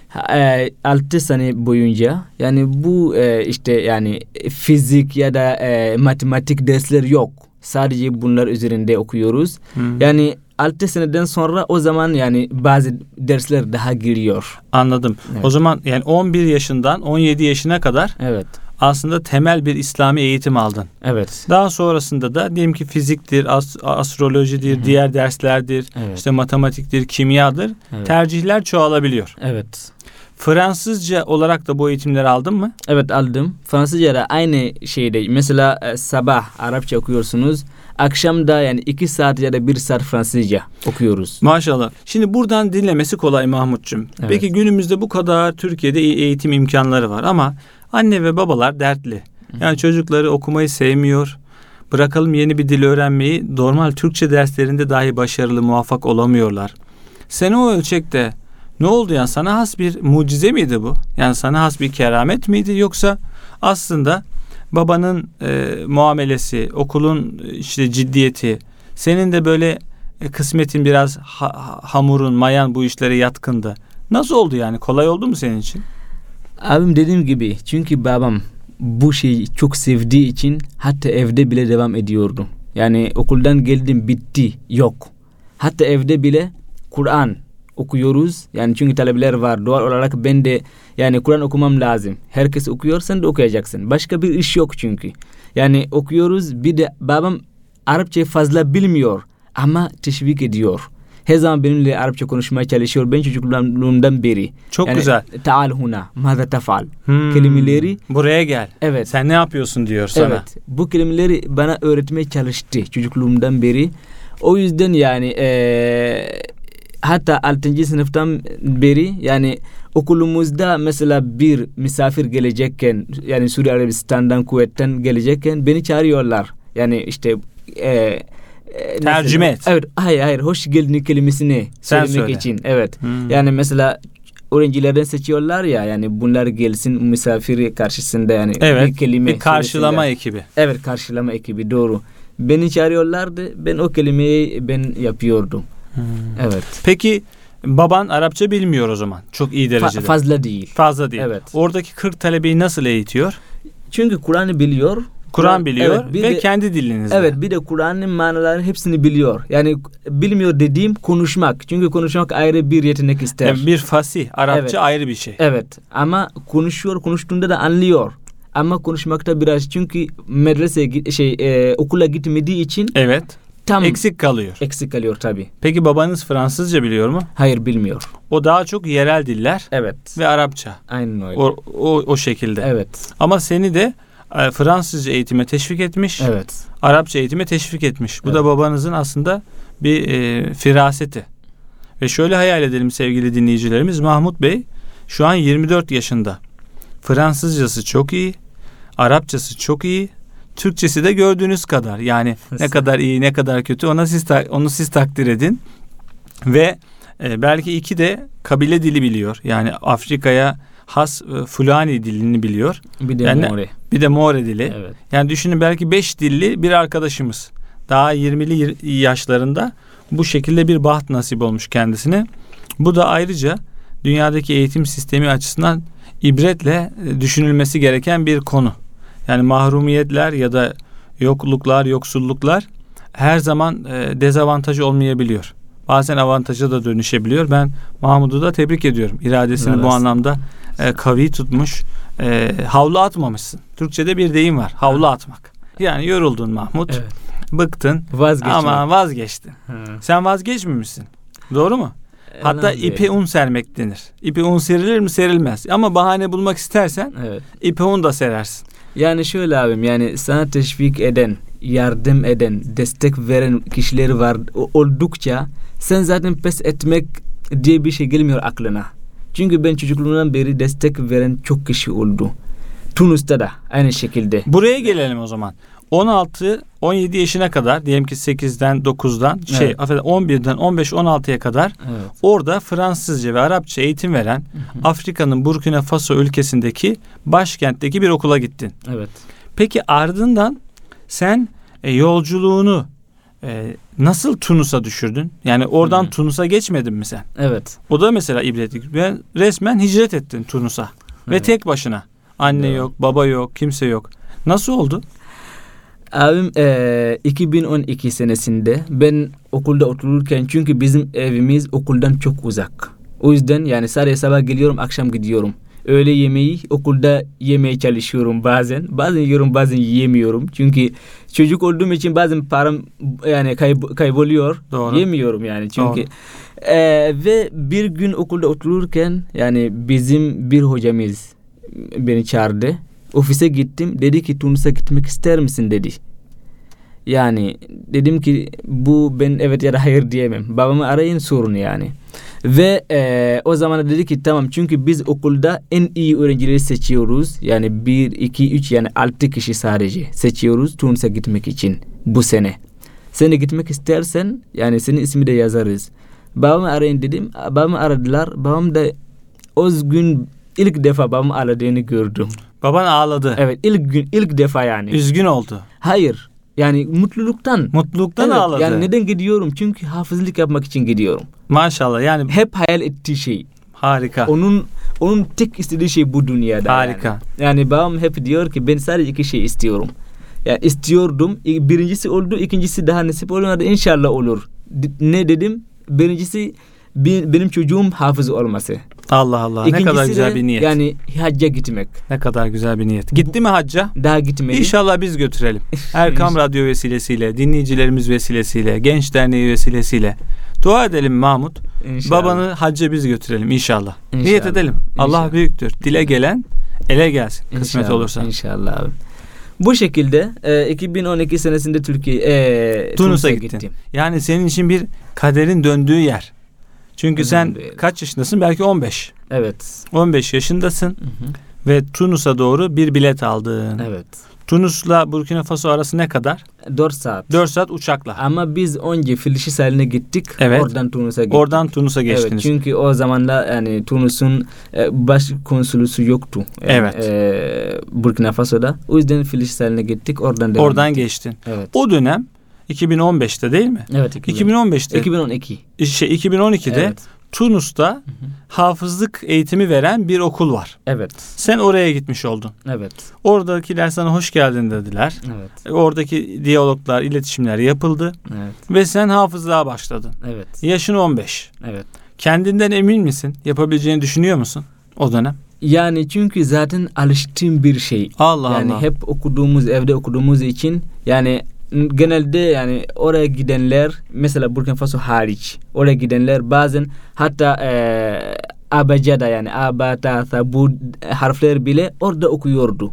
E, altı sene boyunca yani bu e, işte yani fizik ya da e, matematik dersler yok. Sadece bunlar üzerinde okuyoruz. Hmm. Yani altı seneden sonra o zaman yani bazı dersler daha giriyor. Anladım. Evet. O zaman yani on bir yaşından on yedi yaşına kadar evet. aslında temel bir İslami eğitim aldın. Evet. Daha sonrasında da diyelim ki fiziktir, as- astrolojidir, Hı-hı. diğer derslerdir, evet. işte matematiktir, kimyadır. Evet. Tercihler çoğalabiliyor. Evet. Fransızca olarak da bu eğitimleri aldın mı? Evet, aldım. Fransızca da aynı şeyde. Mesela e, sabah Arapça okuyorsunuz. Akşam da yani iki saat ya da bir saat Fransızca okuyoruz. Maşallah. Şimdi buradan dinlemesi kolay Mahmut'cum. Evet. Peki günümüzde bu kadar Türkiye'de eğitim imkanları var ama anne ve babalar dertli. Yani çocukları okumayı sevmiyor. Bırakalım yeni bir dil öğrenmeyi, normal Türkçe derslerinde dahi başarılı, muvaffak olamıyorlar. Sen o ölçekte ne oldu yani, sana has bir mucize miydi bu? Yani sana has bir keramet miydi, yoksa aslında babanın e, muamelesi, okulun işte ciddiyeti, senin de böyle e, kısmetin biraz ha- hamurun, mayan bu işlere yatkındı. Nasıl oldu yani? Kolay oldu mu senin için? Abim dediğim gibi, çünkü babam bu şeyi çok sevdiği için hatta evde bile devam ediyordu. Yani okuldan geldim bitti yok. Hatta evde bile Kur'an okuyoruz. Yani çünkü talebeler var. Doğal olarak ben de yani Kur'an okumam lazım. Herkes okuyor, sen de okuyacaksın. Başka bir iş yok çünkü. Yani okuyoruz. Bir de babam Arapça fazla bilmiyor ama teşvik ediyor. Her zaman benimle Arapça konuşmaya çalışıyor. Ben çocukluğumdan beri. Çok yani, güzel. Taal huna, maza tafal. Hmm, Kelimeleri. buraya gel. Evet. Sen ne yapıyorsun diyor sana. Evet. Bu kelimeleri bana öğretmeye çalıştı çocukluğumdan beri. O yüzden yani ee, hatta altıncı sınıftan beri yani okulumuzda mesela bir misafir gelecekken, yani Suriye Arabistan'dan, Kuveyt'ten gelecekken beni çağırıyorlar. Yani işte ee, tercüme et. Evet. Hayır hayır. Hoş geldin kelimesini Sen söylemek söyle. için. Evet. Hmm. Yani mesela öğrencilerden seçiyorlar ya, yani bunlar gelsin misafiri karşısında, yani Evet, bir kelime bir karşılama söylesinler. ekibi. Evet, karşılama ekibi, doğru. Beni çağırıyorlardı. Ben o kelimeyi ben yapıyordum. Hmm. Evet. Peki baban Arapça bilmiyor o zaman. Çok iyi derecede. Fa- fazla değil. Fazla değil. Evet. Oradaki kırk talebeyi nasıl eğitiyor? Çünkü Kur'an'ı biliyor. Kur'an biliyor evet, bir ve de, kendi dilinizde. Evet, bir de Kur'an'ın manalarını hepsini biliyor. Yani bilmiyor dediğim konuşmak. Çünkü konuşmak ayrı bir yetenek ister. Yani bir fasih, Arapça Evet. ayrı bir şey. Evet, ama konuşuyor, konuştuğunda da anlıyor. Ama konuşmakta biraz, çünkü medrese şey e, okula gitmediği için Evet. tam Eksik kalıyor. eksik kalıyor tabii. Peki babanız Fransızca biliyor mu? Hayır, bilmiyor. O daha çok yerel diller Evet. ve Arapça. Aynen öyle. O, o, o şekilde. Evet. Ama seni de e, Fransızca eğitime teşvik etmiş. Evet. Arapça eğitime teşvik etmiş. Bu Evet. da babanızın aslında bir e, firaseti. Ve şöyle hayal edelim sevgili dinleyicilerimiz. Mahmut Bey şu an yirmi dört yaşında. Fransızcası çok iyi. Arapçası çok iyi. Türkçesi de gördüğünüz kadar. Yani ne kadar iyi, ne kadar kötü ona siz ta- onu siz takdir edin. Ve e, belki iki de kabile dili biliyor. Yani Afrika'ya has e, Fulani dilini biliyor. Bir de Yani- More. Bir de More dili. Evet. Yani düşünün, belki beş dilli bir arkadaşımız. Daha yirmili yir- yaşlarında bu şekilde bir baht nasip olmuş kendisine. Bu da ayrıca dünyadaki eğitim sistemi açısından ibretle e, düşünülmesi gereken bir konu. Yani mahrumiyetler ya da yokluklar, yoksulluklar her zaman e, dezavantaj olmayabiliyor. Bazen avantaja da dönüşebiliyor. Ben Mahmut'u da tebrik ediyorum. İradesini Evet. bu anlamda e, kavi tutmuş. E, havlu atmamışsın. Türkçe'de bir deyim var. Havlu atmak. Yani yoruldun Mahmut. Evet. Bıktın. Vazgeçmek. Ama vazgeçtin. Ha. Sen vazgeçmemişsin. Doğru mu? Hatta Elhamdülillah. ipe un sermek denir. İpe un serilir mi? Serilmez. Ama bahane bulmak istersen Evet. ipe un da serersin. Yani şöyle abim, yani sana teşvik eden, yardım eden, destek veren kişiler var o- oldukça sen zaten pes etmek diye bir şey gelmiyor aklına. Çünkü ben çocukluğumdan beri destek veren çok kişi oldu. Tunus'ta da aynı şekilde. Buraya gelelim o zaman. on altı on yedi yaşına kadar, diyelim ki sekizden dokuzdan şey Evet. affedersin on birden on beş on altıya kadar Evet. orada Fransızca ve Arapça eğitim veren Hı hı. Afrika'nın Burkina Faso ülkesindeki başkentteki bir okula gittin. Evet. Peki ardından sen e, yolculuğunu e, nasıl Tunus'a düşürdün? Yani oradan Hı. Tunus'a geçmedin mi sen? Evet. O da mesela ibretlik. Ben resmen hicret ettin Tunus'a. Ve Evet. tek başına. Anne Evet. yok, baba yok, kimse yok. Nasıl oldu? Abim eee, iki bin on iki senesinde ben okulda otururken, çünkü bizim evimiz okuldan çok uzak. O yüzden yani sadece sabah geliyorum, akşam gidiyorum. Öğle yemeği okulda yemeye çalışıyorum bazen. Bazen yiyorum, bazen yiyemiyorum. Çünkü çocuk olduğum için bazen param yani kayb- kayboluyor. Doğru. Yemiyorum yani çünkü. Doğru. Eee, ve bir gün okulda otururken yani bizim bir hocamız beni çağırdı. Ofise gittim. Dedi ki Tunus'a gitmek ister misin dedi. Yani dedim ki bu ben evet ya da hayır diyemem. Babamı arayın sorun yani. Ve e, o zaman dedi ki tamam, çünkü biz okulda en iyi öğrencileri seçiyoruz. Yani bir, iki, üç yani altı kişi sadece seçiyoruz Tunus'a gitmek için bu sene. Sen de gitmek istersen yani senin ismi de yazarız. Babamı arayın dedim. Babamı aradılar. Babam da o gün ilk defa babamı ağladığını gördüm. Baban ağladı. Evet, ilk gün ilk defa yani. Üzgün oldu. Hayır. Yani mutluluktan. Mutluluktan Evet, ağladı. yani neden gidiyorum? Çünkü hafızlık yapmak için gidiyorum. Maşallah yani Hep hayal ettiği şey. harika. Onun onun tek istediği şey bu dünyada. Harika. Yani. yani babam hep diyor ki ben sadece iki şey istiyorum. Yani istiyordum. Birincisi oldu, ikincisi daha nasip olmadı. İnşallah olur. Ne dedim? Birincisi benim çocuğum hafız olması. Allah Allah. İkincisi ne kadar güzel de bir niyet. Yani hacca gitmek. Ne kadar güzel bir niyet. Gitti mi hacca? Daha gitmedi. İnşallah biz götürelim. Erkam Radyo vesilesiyle, dinleyicilerimiz vesilesiyle, Genç Derneği vesilesiyle. Dua edelim Mahmut. İnşallah. Babanı hacca biz götürelim inşallah. İnşallah. Niyet edelim. İnşallah. Allah büyüktür. Dile gelen ele gelsin. Kısmet İnşallah, olursa. İnşallah abi. Bu şekilde e, iki bin on iki senesinde Türkiye e, Tunus'a Tunus'a gittin. gittim. Yani senin için bir kaderin döndüğü yer. Çünkü sen Elhamdülillah. kaç yaşındasın? Belki on beş. Evet. on beş yaşındasın Hı hı. ve Tunus'a doğru bir bilet aldın. Evet. Tunus'la Burkina Faso arası ne kadar? dört saat. dört saat uçakla. Ama biz önce Filişi sahiline gittik. Evet. Oradan Tunus'a gittik. Oradan Tunus'a geçtiniz. Evet, çünkü o zamanlar yani Tunus'un e, baş konsolosu yoktu. Yani, Evet. E, Burkina Faso'da. O yüzden Filişi sahiline gittik. Oradan devam Oradan ettik. geçtin. Evet. O dönem iki bin on beşte değil mi? Evet. iki bin. iki bin on beşte. iki bin on iki. Şey, iki bin on ikide Evet. Tunus'ta Hı hı. hafızlık eğitimi veren bir okul var. Evet. Sen oraya gitmiş oldun. Evet. Oradakiler sana hoş geldin dediler. Evet. Oradaki diyaloglar, iletişimler yapıldı Evet. ve sen hafızlığa başladın. Evet. Yaşın on beş. Evet. Kendinden emin misin? Yapabileceğini düşünüyor musun o dönem? Yani çünkü zaten alıştığım bir şey. Allah yani Allah. hep okuduğumuz, evde okuduğumuz için yani genelde yani oraya gidenler mesela Burkina Faso hariç oraya gidenler bazen hatta e, abacada yani aba, ta, ta bu harfler bile orada okuyordu.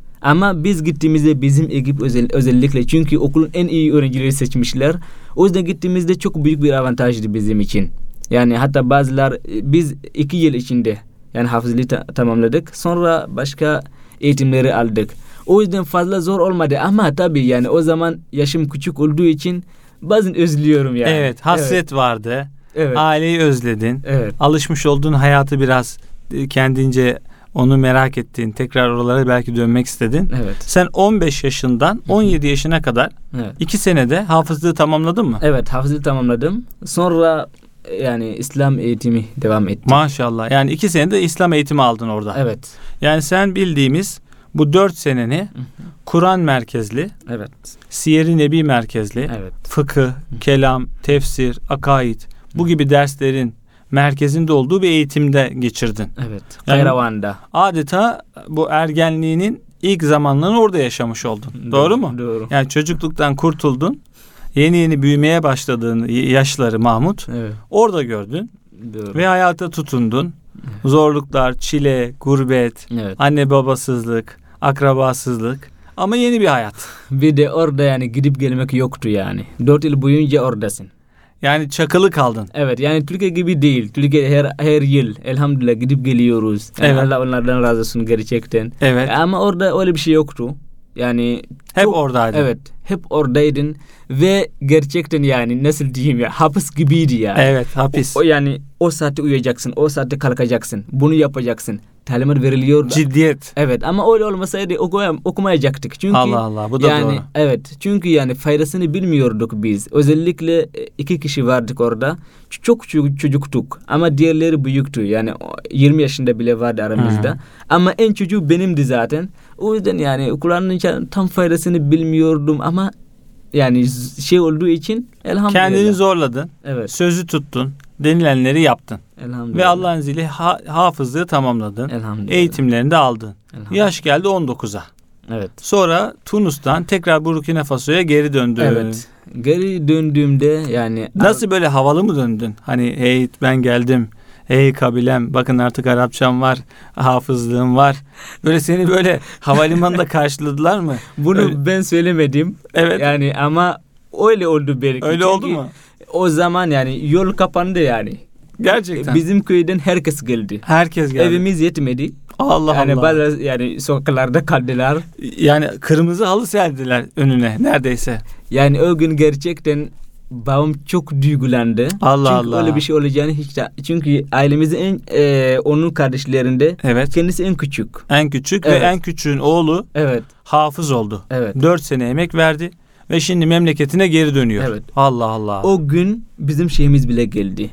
Ama biz gittiğimizde bizim ekip özel, özellikle çünkü okulun en iyi öğrencileri seçmişler. O yüzden gittiğimizde çok büyük bir avantajdı bizim için. Yani hatta bazılar biz iki yıl içinde yani hafızlığı ta- tamamladık. Sonra başka eğitimleri aldık. O yüzden fazla zor olmadı ama tabii yani o zaman yaşım küçük olduğu için bazen özlüyorum yani. Evet, hasret Evet. vardı. Evet. Aileyi özledin. Evet. Alışmış olduğun hayatı biraz e, kendince onu merak ettin. Tekrar oralara belki dönmek istedin. Evet. Sen on beş yaşından on yedi yaşına kadar Evet. iki senede hafızlığı tamamladın mı? Evet, hafızlığı tamamladım. Sonra yani İslam eğitimi devam etti. Maşallah. Yani iki senede İslam eğitimi aldın orada. Evet. Yani sen bildiğimiz bu dört seneni Kur'an merkezli, Evet. Siyer-i Nebi merkezli, Evet. fıkıh, kelam, tefsir, akaid bu gibi derslerin merkezinde olduğu bir eğitimde geçirdin. Evet. Yani- Kayravan'da. Adeta bu ergenliğinin ilk zamanlarını orada yaşamış oldun. Doğru mu? Doğru. Yani çocukluktan kurtuldun. Yeni yeni büyümeye başladığın yaşları Mahmut Evet. orada gördün Doğru. ve hayata tutundun. Zorluklar, çile, gurbet, Evet. anne babasızlık, akrabasızlık ama yeni bir hayat. Bir de orada yani gidip gelmek yoktu yani. Dört yıl boyunca oradasın. Yani çakılı kaldın. Evet yani Türkiye gibi değil. Türkiye her her yıl elhamdülillah gidip geliyoruz. Yani Evet. Allah onlardan razı olsun gerçekten. Evet. Ama orada öyle bir şey yoktu. Yani Hep çok- oradaydın. Evet. Hep oradaydın ve gerçekten yani nasıl diyeyim ya hapis gibiydi yani. Evet, hapis. O, o yani o saatte uyuyacaksın, o saatte kalkacaksın, bunu yapacaksın. Talimat veriliyor. Ciddiyet. Evet ama öyle olmasaydı okuyam, okumayacaktık. Çünkü Allah Allah, bu da yani, doğru. Evet çünkü yani faydasını bilmiyorduk biz. Özellikle e, iki kişi vardık orada. Ç- Çok ço- çocuktuk ama diğerleri büyüktü. Yani o yirmi yaşında bile vardı aramızda. Hı. Ama en çocuğu benimdi zaten. O yüzden yani Kur'an'ın tam faydasını bilmiyordum ama yani z- şey olduğu için elhamdülillah. Kendini zorladın. Evet. Sözü tuttun. Denilenleri yaptın. Elhamdülillah. Ve Allah'ın izniyle ha- hafızlığı tamamladın. Elhamdülillah. Eğitimlerini de aldın. Elhamdülillah. Yaş geldi on dokuza. Evet. Sonra Tunus'tan tekrar Burkina Faso'ya geri döndün. Evet. Geri döndüğümde yani Nasıl böyle havalı mı döndün? Hani hey ben geldim. Hey kabilem bakın artık Arapçam var. Hafızlığım var. Böyle seni böyle havalimanında karşıladılar mı? bunu Öyle- ben söylemedim. Evet. Yani ama öyle oldu belki. Öyle Çünkü oldu mu? O zaman yani yol kapandı yani. Gerçekten. Bizim köyden herkes geldi. Herkes geldi. Evimiz yetmedi. Allah yani Allah. bazı yani sokaklarda kaldılar. Yani kırmızı halı serdiler önüne neredeyse. Yani o gün gerçekten babam çok duygulandı. Allah çünkü Allah. öyle bir şey olacağını hiç de, çünkü ailemizin en e, onun kardeşlerinde Evet. kendisi en küçük. En küçük Evet. ve en küçüğün oğlu Evet. hafız oldu. Evet. Dört sene emek verdi. ve şimdi memleketine geri dönüyor. Evet. Allah Allah. O gün bizim şeyimiz bile geldi.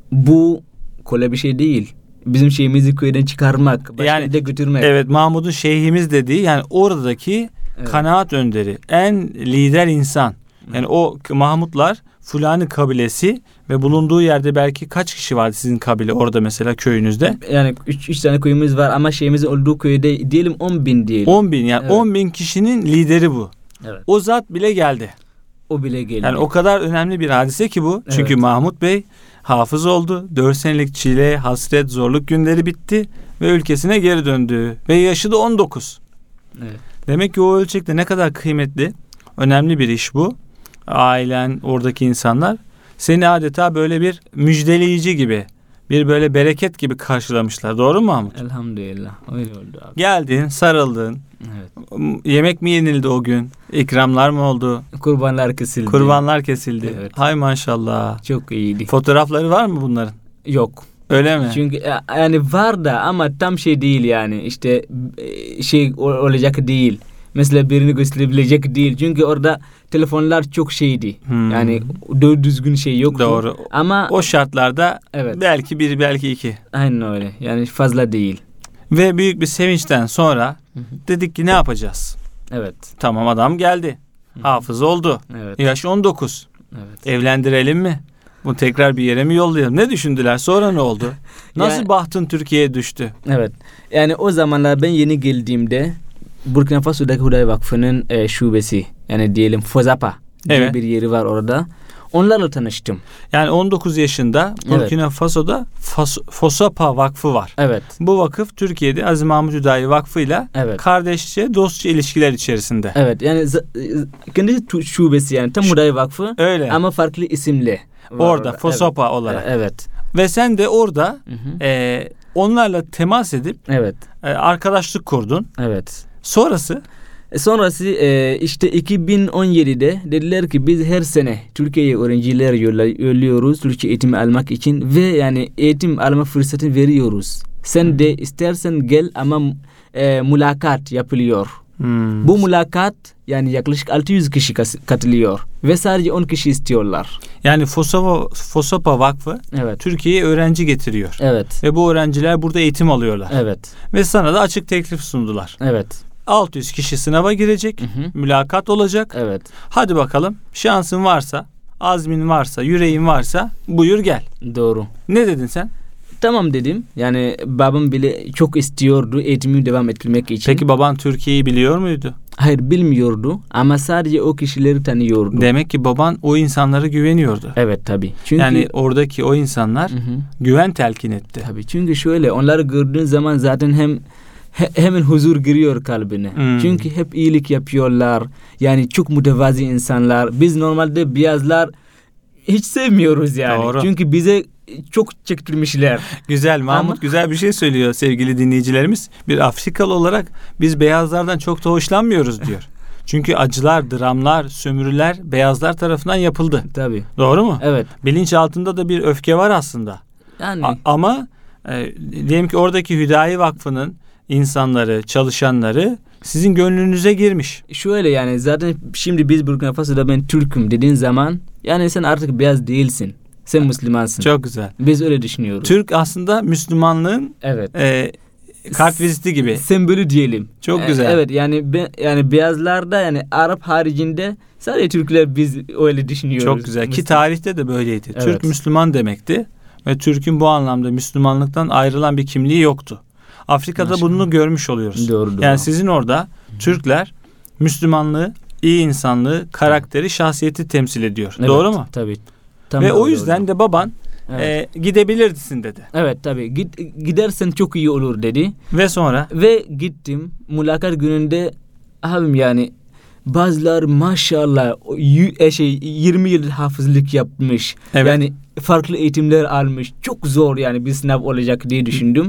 Bu kolay bir şey değil. Bizim şeyimizi köyden çıkarmak, başka Yani- yere götürmek. Evet, Mahmud'un şeyhimiz dediği, yani oradaki Evet. kanaat önderi, en lider insan. Yani o k- Mahmutlar Fulani kabilesi ve bulunduğu yerde belki kaç kişi vardı sizin kabile orada mesela köyünüzde? Yani üç, üç tane köyümüz var ama şeyimizin olduğu köyde diyelim on bin diyelim. on bin, yani Evet. on bin kişinin lideri bu. Evet. O zat bile geldi. O bile geldi. Yani o kadar önemli bir hadise ki bu. Çünkü Evet. Mahmut Bey hafız oldu. Dört senelik çile, hasret, zorluk günleri bitti ve ülkesine geri döndü. Ve yaşı da on dokuz. Evet. Demek ki o ölçekte ne kadar kıymetli, önemli bir iş bu. Ailen, oradaki insanlar seni adeta böyle bir müjdeleyici gibi, bir böyle bereket gibi karşılamışlar. Doğru mu Mahmut? Elhamdülillah. Öyle oldu abi. Geldin, sarıldın. Evet. Yemek mi yenildi o gün? İkramlar mı oldu? Kurbanlar kesildi. Kurbanlar kesildi. Evet. Hay maşallah. Çok iyiydi. Fotoğrafları var mı bunların? Yok. Öyle mi? Çünkü e, yani var da ama tam şey değil yani. İşte e, şey o- olacak değil. Mesela birini gösterebilecek değil. Çünkü orada telefonlar çok şeydi. Hmm. Yani doğru düzgün şey yoktu. Doğru. Ama O şartlarda evet. belki bir, belki iki. Aynen öyle. Yani fazla değil. Ve büyük bir sevinçten sonra dedik ki ne yapacağız? Evet. Tamam, adam geldi. Hafız oldu. Evet. Yaş on dokuz. Evet. Evlendirelim mi? Bu tekrar bir yere mi yollayalım? Ne düşündüler? Sonra ne oldu? Nasıl Yani- bahtın Türkiye'ye düştü? Evet. Yani o zamanlar ben yeni geldiğimde Burkina Faso'daki Huday Vakfı'nın e, şubesi, yani diyelim Fozapa diye Evet. bir yeri var orada. Onlarla tanıştım. Yani on dokuz yaşında Burkina Faso'da Fas- Fosapa Vakfı var. Evet. Bu vakıf Türkiye'de Aziz Mahmut Hüdayi Vakfı'yla Evet. kardeşçe, dostça ilişkiler içerisinde. Evet. Yani z- kendisi tu- şubesi, yani tam Huday Vakfı Öyle. ama farklı isimle. var Orada Fosapa evet. olarak. Evet. Ve sen de orada Hı hı. e, onlarla temas edip Evet. e, arkadaşlık kurdun. Evet. Sonrası E, Sonrası e, işte iki bin on yedide dediler ki biz her sene Türkiye'ye öğrenciler yolla- yolluyoruz Türkçe eğitimi almak için ve yani eğitim alma fırsatı veriyoruz. Sen de istersen gel ama e, mülakat yapılıyor. hmm, Bu mülakat yani yaklaşık altı yüz kişi kas- katılıyor ve sadece on kişi istiyorlar. yani Fosapa, Fosapa Vakfı Evet. Türkiye'ye öğrenci getiriyor. Evet. Ve bu öğrenciler burada eğitim alıyorlar. Evet. Ve sana da açık teklif sundular. Evet. altı yüz kişi sınava girecek. Hı hı. Mülakat olacak. Evet. Hadi bakalım, şansın varsa, azmin varsa, yüreğin varsa buyur gel. Doğru. Ne dedin sen? Tamam dedim. Yani babam bile çok istiyordu eğitimi devam ettirmek için. Peki baban Türkiye'yi biliyor muydu? Hayır, bilmiyordu ama sadece o kişileri tanıyordu. Demek ki baban o insanlara güveniyordu. Evet tabii. Çünkü Yani oradaki o insanlar Hı hı. güven telkin etti. Tabii çünkü şöyle onları gördüğün zaman zaten hem he- hemen huzur giriyor kalbine. Hmm. Çünkü hep iyilik yapıyorlar. Yani çok mütevazi insanlar. Biz normalde beyazlar hiç sevmiyoruz yani. Doğru. Çünkü bize çok çektirmişler. Güzel, Mahmut Ama- güzel bir şey söylüyor sevgili dinleyicilerimiz. Bir Afrikalı olarak biz beyazlardan çok da hoşlanmıyoruz diyor. Çünkü acılar, dramlar, sömürüler beyazlar tarafından yapıldı. Tabii. Doğru mu? Evet. Bilinç altında da bir öfke var aslında. Yani A- ama e, diyelim ki oradaki Hüdayi Vakfı'nın insanları, çalışanları sizin gönlünüze girmiş. şöyle yani zaten şimdi biz Burkina Faso'da ben Türk'üm dediğin zaman yani sen artık beyaz değilsin. Sen Müslümansın. Çok güzel. Biz öyle düşünüyoruz. Türk aslında Müslümanlığın Evet. e, kart viziti gibi. Sembolü diyelim. Çok Ee, güzel. Evet yani be, yani beyazlarda yani Arap haricinde sadece Türkler biz öyle düşünüyoruz. Çok güzel. Ki Müslüman. tarihte de böyleydi. Evet. Türk Müslüman demekti ve Türk'ün bu anlamda Müslümanlıktan ayrılan bir kimliği yoktu. Afrika'da Maşallah. bunu görmüş oluyoruz. Doğru, doğru. Yani sizin orada Türkler Müslümanlığı, iyi insanlığı, karakteri, şahsiyeti temsil ediyor. Evet, Doğru mu? Tabii. Tam Ve doğru, o yüzden doğru. de baban Evet. e, gidebilirsin dedi. Evet tabii. Git, gidersen çok iyi olur dedi. Ve sonra Ve gittim. Mülakat gününde abim yani bazılar maşallah o y- e, şey yirmi yıl hafızlık yapmış. Evet. Yani farklı eğitimler almış. Çok zor yani bir sınav olacak diye düşündüm.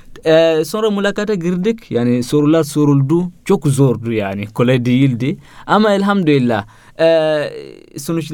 Ee, sonra mülakata girdik. Yani sorular soruldu. Çok zordu yani. Kolay değildi. Ama elhamdülillah ee, sonuçlar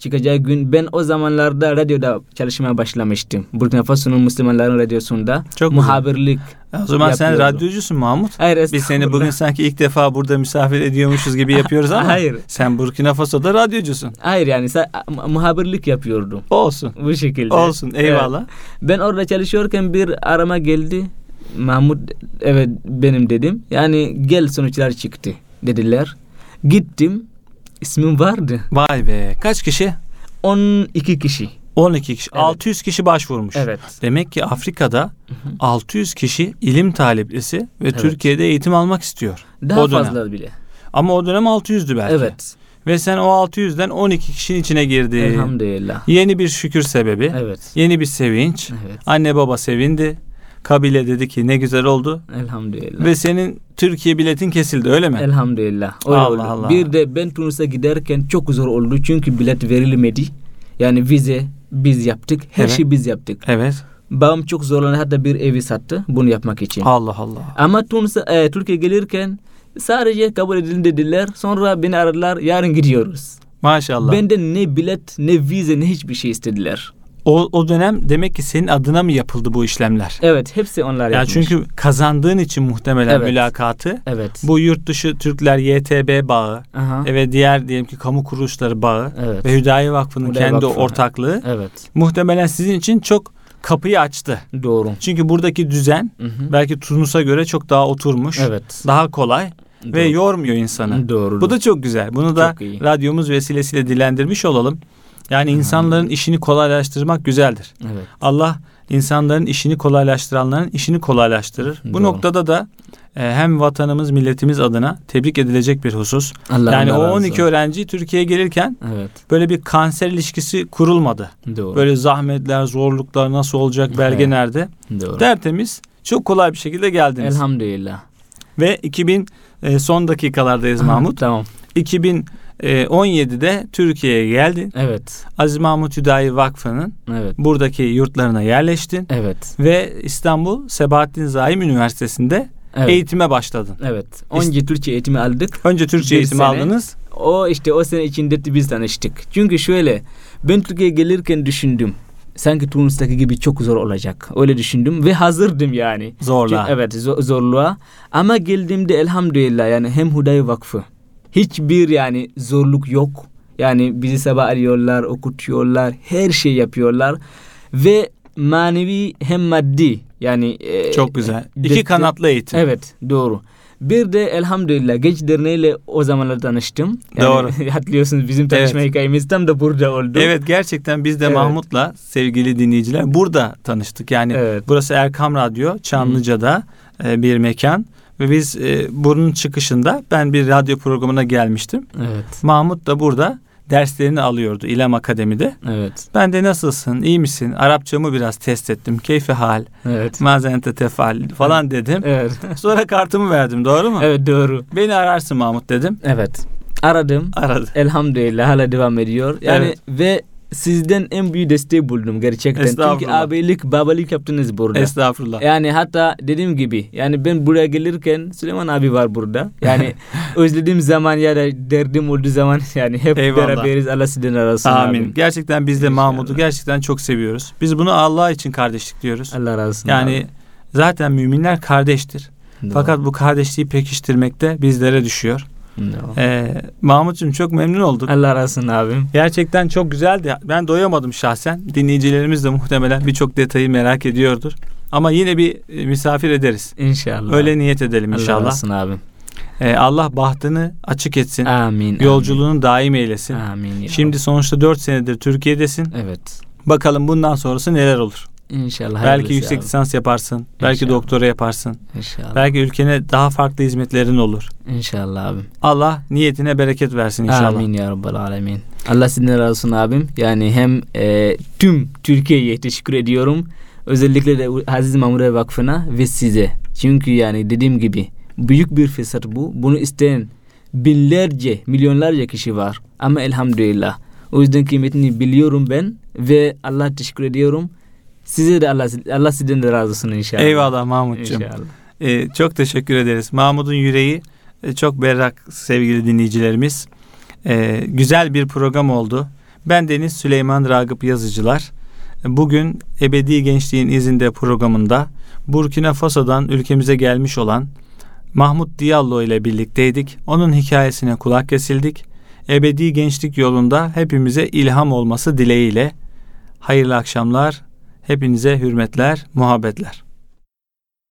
çıkacağı gün ben o zamanlarda radyoda çalışmaya başlamıştım. Burkina Faso'nun Müslümanların radyosunda Çok muhabirlik O zaman yapıyordum. sen radyocusun Mahmut. Hayır, Biz seni estağfurullah. bugün sanki ilk defa burada misafir ediyormuşuz gibi yapıyoruz ama Hayır. sen Burkina Faso'da radyocusun. Hayır yani sa- muhabirlik yapıyordum. Olsun. Bu şekilde. Olsun. Eyvallah. Evet. Ben orada çalışıyorken bir arama geldi. Mahmut evet benim dedim. Yani gel sonuçlar çıktı dediler. Gittim. İsmim vardı. Vay be. Kaç kişi? on iki kişi. on iki kişi. Evet. altı yüz kişi başvurmuş. Evet. Demek ki Afrika'da altı yüz kişi ilim taleplisi ve Evet. Türkiye'de eğitim almak istiyor. Daha o dönem. fazla bile. Ama o dönem altı yüzdü belki. Evet. Ve sen o altı yüzden on iki kişinin içine girdin. Elhamdülillah. Yeni bir şükür sebebi. Evet. Yeni bir sevinç. Evet. Anne baba sevindi. Kabile dedi ki ne güzel oldu. Elhamdülillah. Ve senin Türkiye biletin kesildi öyle mi? Elhamdülillah. Öyle Allah oldu. Allah. Bir de ben Tunus'a giderken çok zor oldu. Çünkü bilet verilmedi. Yani vize biz yaptık. Her Evet. şeyi biz yaptık. Evet. Babam çok zorlandı. Hatta bir evi sattı bunu yapmak için. Allah Allah. Ama Tunus'a, e, Türkiye gelirken sadece kabul edildi dediler. Sonra beni aradılar. Yarın gidiyoruz. Maşallah. Benden ne bilet, ne vize, ne hiçbir şey istediler. O, o dönem demek ki senin adına mı yapıldı bu işlemler? Evet, hepsi onlar Yani yapmış. çünkü kazandığın için muhtemelen Evet. mülakatı Evet. bu yurt dışı Türkler Y T B bağı Aha. ve diğer diyelim ki kamu kuruluşları bağı Evet. ve Hüdayi Vakfı'nın Hüdayi kendi Vakfı. ortaklığı Evet. muhtemelen sizin için çok kapıyı açtı. Doğru. Çünkü buradaki düzen Hı hı. belki Tunus'a göre çok daha oturmuş, Evet. daha kolay ve Doğru. yormuyor insanı. Doğru. Bu da çok güzel. Bunu da Çok iyi. radyomuz vesilesiyle dilendirmiş olalım. Yani insanların işini kolaylaştırmak güzeldir. Evet. Allah insanların işini kolaylaştıranların işini kolaylaştırır. Bu Doğru. noktada da e, hem vatanımız, milletimiz adına tebrik edilecek bir husus. Allah Yani Allah o razı on iki olsun. öğrenci Türkiye'ye gelirken Evet. böyle bir kanser ilişkisi kurulmadı. Doğru. Böyle zahmetler, zorluklar nasıl olacak, belge Evet. nerede? Doğru. Tertemiz, çok kolay bir şekilde geldiniz. Elhamdülillah. Ve iki bin e, son dakikalardayız Mahmut. Tamam. iki bin on yedide Türkiye'ye geldin. Evet. Aziz Mahmut Hüdayi Vakfı'nın Evet. buradaki yurtlarına yerleştin. Evet. Ve İstanbul Sebahattin Zaim Üniversitesi'nde Evet. eğitime başladın. Evet. Önce Türkçe eğitimi aldık. Önce Türkçe Bir eğitimi sene. aldınız. O işte o sene içinde biz tanıştık. Çünkü şöyle ben Türkiye'ye gelirken düşündüm. Sanki Tunus'taki gibi çok zor olacak. Öyle düşündüm ve hazırdım yani. Zorla. Çünkü, evet zor, zorluğa. Ama geldiğimde elhamdülillah yani hem Hüdayi Vakfı hiçbir yani zorluk yok. Yani bizi sabah arıyorlar, okutuyorlar, her şey yapıyorlar. Ve manevi hem maddi yani. E, Çok güzel. İki de- kanatlı eğitim. Evet doğru. Bir de elhamdülillah Genç Derneği'yle o zamanlar tanıştım. Yani, Doğru. Hatırlıyorsunuz bizim tanışma Evet. hikayemiz tam da burada oldu. Evet, gerçekten biz de Evet. Mahmut'la sevgili dinleyiciler burada tanıştık. Yani Evet. burası Erkam Radyo Çamlıca'da e, bir mekan ve biz e, bunun çıkışında ben bir radyo programına gelmiştim. Evet. Mahmut da burada derslerini alıyordu İlham Akademi'de. Evet. Ben de nasılsın, iyi misin? Arapçamı biraz test ettim. Keyfi hal, Evet. mazente tefal falan dedim. Evet. Sonra kartımı verdim, doğru mu? Evet doğru. Beni ararsın Mahmut dedim. Evet. Aradım. Aradı. Elhamdülillah hala devam ediyor. Yani Evet. ve sizden en büyük desteği buldum gerçekten. Çünkü Estağfurullah. abilik, babalık yaptınız burada. Estağfurullah. Yani hatta dediğim gibi yani ben buraya gelirken Süleyman abi var burada. Yani özlediğim zaman ya da derdim olduğu zaman yani hep Eyvallah. beraberiz. Allah sizden arasın Amin. abi. Gerçekten biz de İnşallah. Mahmut'u gerçekten çok seviyoruz. Biz bunu Allah için kardeşlik diyoruz. Allah razı olsun Yani abi. zaten müminler kardeştir. Doğru. Fakat bu kardeşliği pekiştirmekte bizlere düşüyor. Doğru. Ee, Mahmut'cum çok memnun olduk. Allah razı olsun abim. Gerçekten çok güzeldi. Ben doyamadım şahsen. Dinleyicilerimiz de muhtemelen birçok detayı merak ediyordur. Ama yine bir e, misafir ederiz. İnşallah. Öyle niyet edelim Allah razı inşallah. olsun abim. Ee, Allah bahtını açık etsin. Amin. Yolculuğunu daim eylesin. Amin. ya Şimdi sonuçta dört senedir Türkiye'desin. Rabbi. Evet. Bakalım bundan sonrası neler olur. İnşallah. Belki hayırlısı yüksek abi. lisans yaparsın. Belki İnşallah. doktora yaparsın. İnşallah. Belki ülkene daha farklı hizmetlerin olur. İnşallah abim. Allah niyetine bereket versin inşallah. Amin ya Rabbal Alemin. Allah sizden razı olsun abim. Yani hem e, tüm Türkiye'ye teşekkür ediyorum. Özellikle de Aziz Mahmut Vakfı'na ve size. Çünkü yani dediğim gibi büyük bir fırsat bu. Bunu isteyen binlerce, milyonlarca kişi var. Ama elhamdülillah. O yüzden kıymetini biliyorum ben ve Allah teşekkür ediyorum. Size de Allah, Allah sizden de razı olsun inşallah. Eyvallah Mahmut'cum. İnşallah. Ee, çok teşekkür ederiz. Mahmut'un yüreği e, çok berrak sevgili dinleyicilerimiz. Ee, güzel bir program oldu. Ben Deniz Süleyman Ragıp Yazıcılar. Bugün Ebedi Gençliğin İzinde programında Burkina Faso'dan ülkemize gelmiş olan Mahmut Diallo ile birlikteydik. Onun hikayesine kulak kesildik. Ebedi gençlik yolunda hepimize ilham olması dileğiyle hayırlı akşamlar, hepinize hürmetler, muhabbetler.